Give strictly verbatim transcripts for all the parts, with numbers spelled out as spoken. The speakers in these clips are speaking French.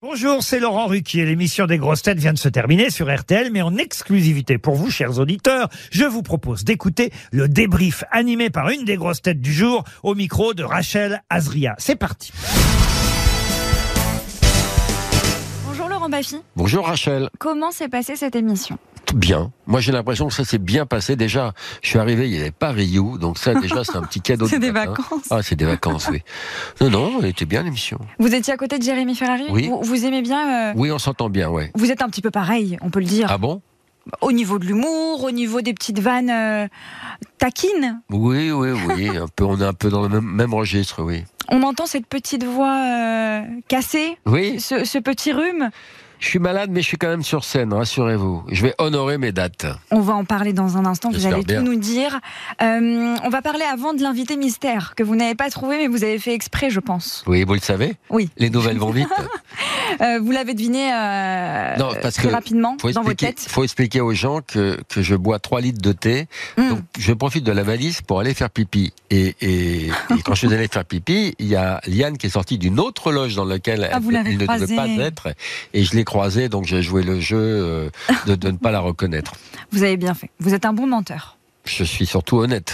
Bonjour, c'est Laurent Ruquier. L'émission des grosses têtes vient de se terminer sur R T L, mais en exclusivité pour vous, chers auditeurs, je vous propose d'écouter le débrief animé par une des grosses têtes du jour au micro de Rachel Azria. C'est parti. Bonjour Laurent Baffy. Bonjour Rachel. Comment s'est passée cette émission ? Bien. Moi, j'ai l'impression que ça s'est bien passé. Déjà, je suis arrivé, il n'y avait pas Rio, donc ça, déjà, c'est un petit cadeau. C'est de des matin. vacances. Ah, c'est des vacances, oui. Non, non, elle était bien l'émission. Vous étiez à côté de Jérémy Ferrari ? Oui. Vous, vous aimez bien euh... Oui, on s'entend bien, ouais. Vous êtes un petit peu pareil, on peut le dire. Ah bon ? Au niveau de l'humour, au niveau des petites vannes euh, taquines. Oui, oui, oui. Un peu, on est un peu dans le même, même registre, oui. On entend cette petite voix euh, cassée, Oui. ce, ce petit rhume. Je suis malade, mais je suis quand même sur scène, rassurez-vous. Je vais honorer mes dates. On va en parler dans un instant, vous J'espère allez bien. tout nous dire. Euh, on va parler avant de l'invité mystère, que vous n'avez pas trouvé, mais vous avez fait exprès, je pense. Oui, vous le savez ? Oui. Les nouvelles vont vite. Euh, vous l'avez deviné euh, Non, parce très que rapidement faut dans vos expliquer, têtes. faut expliquer aux gens que, que je bois trois litres de thé. Mm. Donc, je profite de la valise pour aller faire pipi. Et, et, et quand je suis allé faire pipi, il y a Liane qui est sortie d'une autre loge dans laquelle Ah, elle, vous l'avez elle ne devait croisée. pas être. Et je l'ai croisée, donc j'ai joué le jeu euh, de, de ne pas la reconnaître. Vous avez bien fait. Vous êtes un bon menteur. Je suis surtout honnête.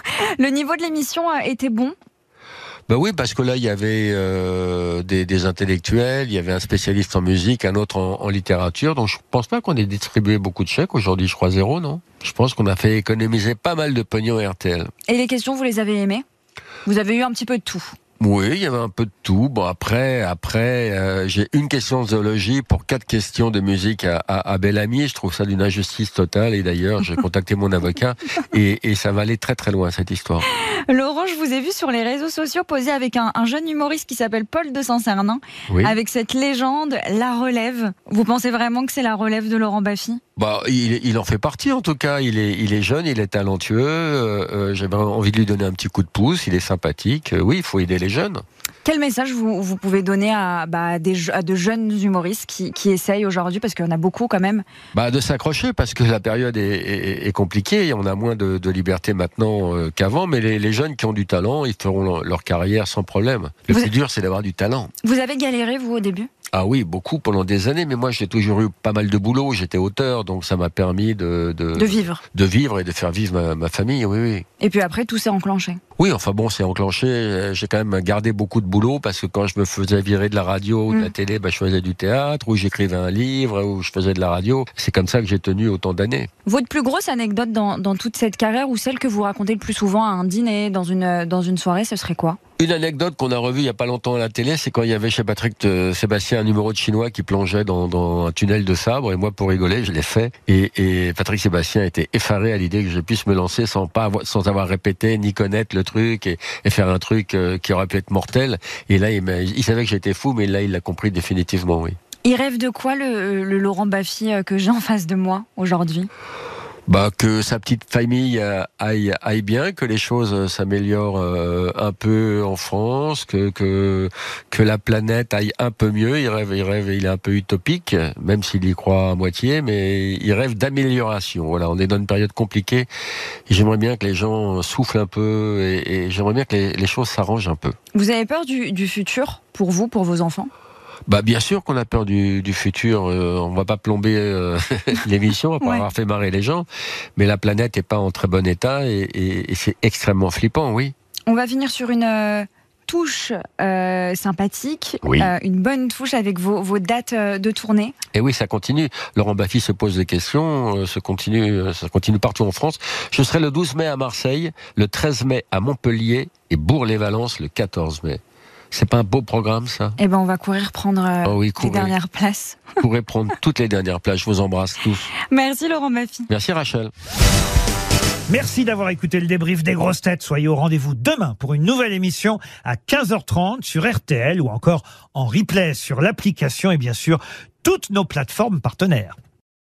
Le niveau de l'émission a été bon. Ben oui, parce que là, il y avait euh, des, des intellectuels, il y avait un spécialiste en musique, un autre en, en littérature. Donc, je pense pas qu'on ait distribué beaucoup de chèques. Aujourd'hui, je crois zéro, non ? Je pense qu'on a fait économiser pas mal de pognon à R T L. Et les questions, vous les avez aimées ? Vous avez eu un petit peu de tout. Oui, il y avait un peu de tout. Bon, après, après, euh, j'ai une question de zoologie pour quatre questions de musique à, à, à Bellamy. Je trouve ça d'une injustice totale. Et d'ailleurs, j'ai contacté mon avocat et, et ça va aller très très loin, cette histoire. Laurent, je vous ai vu sur les réseaux sociaux poser avec un, un jeune humoriste qui s'appelle Paul de Saint-Cernin, Oui. avec cette légende, la relève. Vous pensez vraiment que c'est la relève de Laurent Baffy ? Bah, il, il en fait partie en tout cas. Il est, il est jeune, il est talentueux. Euh, euh, j'ai envie de lui donner un petit coup de pouce. Il est sympathique. Euh, oui, il faut aider les jeunes. Quel message vous, vous pouvez donner à, bah, des, à de jeunes humoristes qui, qui essayent aujourd'hui, parce qu'il y en a beaucoup quand même. Bah, de s'accrocher parce que la période est, est, est compliquée. On a moins de, de liberté maintenant euh, qu'avant, mais les, les jeunes qui ont du talent, ils feront leur, leur carrière sans problème. Le Vous plus dur, c'est d'avoir du talent. Vous avez galéré, vous, au début ? Ah oui, beaucoup pendant des années, mais moi j'ai toujours eu pas mal de boulot, j'étais auteur, donc ça m'a permis de, de, De vivre. de vivre et de faire vivre ma, ma famille, oui, oui. Et puis après, tout s'est enclenché. Oui, enfin bon, c'est enclenché, j'ai quand même gardé beaucoup de boulot, parce que quand je me faisais virer de la radio ou de la Mm. télé, bah, je faisais du théâtre, ou j'écrivais un livre, ou je faisais de la radio. C'est comme ça que j'ai tenu autant d'années. Votre plus grosse anecdote dans, dans toute cette carrière, ou celle que vous racontez le plus souvent à un dîner, dans une, dans une soirée, ce serait quoi ? Une anecdote qu'on a revue il y a pas longtemps à la télé, c'est quand il y avait chez Patrick euh, Sébastien un numéro de Chinois qui plongeait dans, dans un tunnel de sabre, et moi pour rigoler, je l'ai fait. Et, et Patrick Sébastien était effaré à l'idée que je puisse me lancer sans pas avoir, sans avoir répété ni connaître le truc et, et faire un truc euh, qui aurait pu être mortel. Et là, il, m'a, il savait que j'étais fou, mais là, il l'a compris définitivement, oui. Il rêve de quoi, le, le Laurent Baffy euh, que j'ai en face de moi aujourd'hui ? Bah, que sa petite famille euh, aille, aille bien, que les choses euh, s'améliorent euh, un peu en France, que, que que la planète aille un peu mieux. Il rêve, il rêve, il est un peu utopique, même s'il y croit à moitié, mais il rêve d'amélioration. Voilà, on est dans une période compliquée. Et j'aimerais bien que les gens soufflent un peu et, et j'aimerais bien que les, les choses s'arrangent un peu. Vous avez peur du, du futur, pour vous, pour vos enfants ? Bah bien sûr qu'on a peur du, du futur. Euh, on va pas plomber euh, l'émission après Ouais. avoir fait marrer les gens, mais la planète est pas en très bon état et, et, et c'est extrêmement flippant, oui. On va finir sur une euh, touche euh, sympathique, Oui. euh, une bonne touche avec vos, vos dates euh, de tournée. Et oui, ça continue. Laurent Baffy se pose des questions, euh, se continue, euh, ça continue partout en France. Je serai le douze mai à Marseille, le treize mai à Montpellier et Bourg-les-Valences le quatorze mai. C'est pas un beau programme, ça ? Eh ben, on va courir prendre euh, Oh oui, les courez. dernières places. Vous pourrez prendre toutes les dernières places. Je vous embrasse tous. Merci Laurent Baffy. Merci Rachel. Merci d'avoir écouté le débrief des grosses têtes. Soyez au rendez-vous demain pour une nouvelle émission à quinze heures trente sur R T L ou encore en replay sur l'application et bien sûr toutes nos plateformes partenaires.